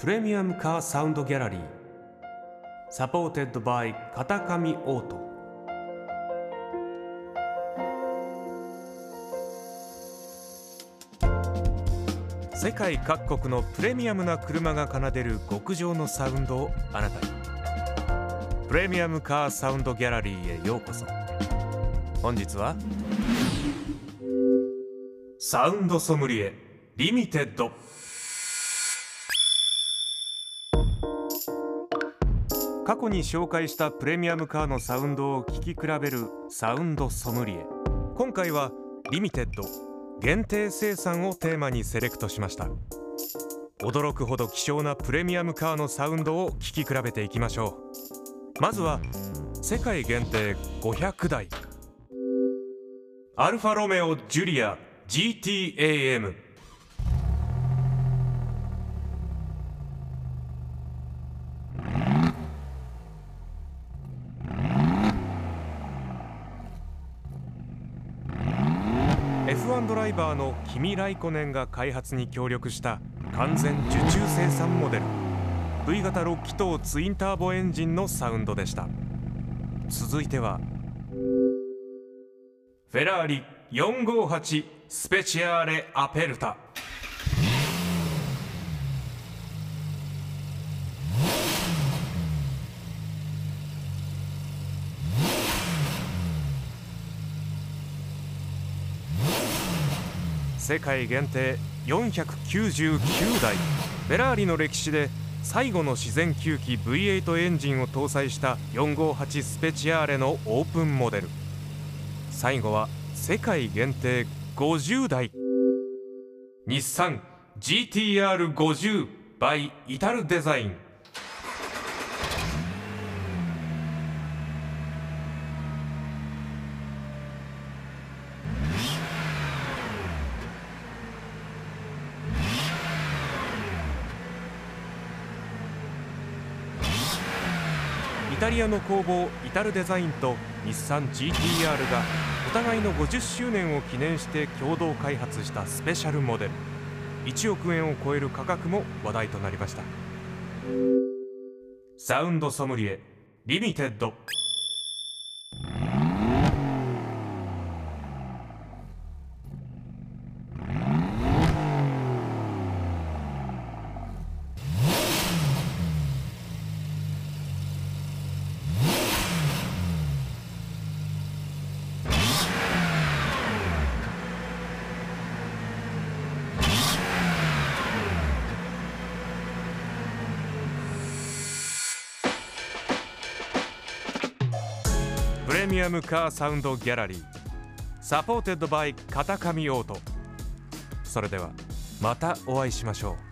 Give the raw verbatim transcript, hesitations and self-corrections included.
プレミアムカーサウンドギャラリーサポーテッドバイ片上オート。世界各国のプレミアムな車が奏でる極上のサウンドをあなたに。プレミアムカーサウンドギャラリーへようこそ。本日はサウンドソムリエリミテッド。過去に紹介したプレミアムカーのサウンドを聴き比べるサウンドソムリエ。今回はリミテッド限定生産をテーマにセレクトしました。驚くほど希少なプレミアムカーのサウンドを聴き比べていきましょう。まずは世界限定ごひゃくだいアルファロメオジュリア ジーティーエーエム。エフワン ドライバーのキミ・ライコネンが開発に協力した完全受注生産モデル ブイ 型ろっきとうツインターボエンジンのサウンドでした。続いてはフェラーリよんごはちスペチアーレアペルタ。世界限定よんひゃくきゅうじゅうきゅうだい、フェラーリの歴史で最後の自然吸気 ブイエイト エンジンを搭載したよんごはちスペチアーレのオープンモデル。最後は世界限定ごじゅうだい日産 ジーティーアールごじゅう by イタルデザイン。イタリアの工房イタルデザインと日産 ジーティーアール がお互いのごじゅっしゅうねんを記念して共同開発したスペシャルモデル。いちおくえんを超える価格も話題となりました。サウンドソムリエリミテッド。プレミアムカーサウンドギャラリーサポーテッドバイ片上オート。それではまたお会いしましょう。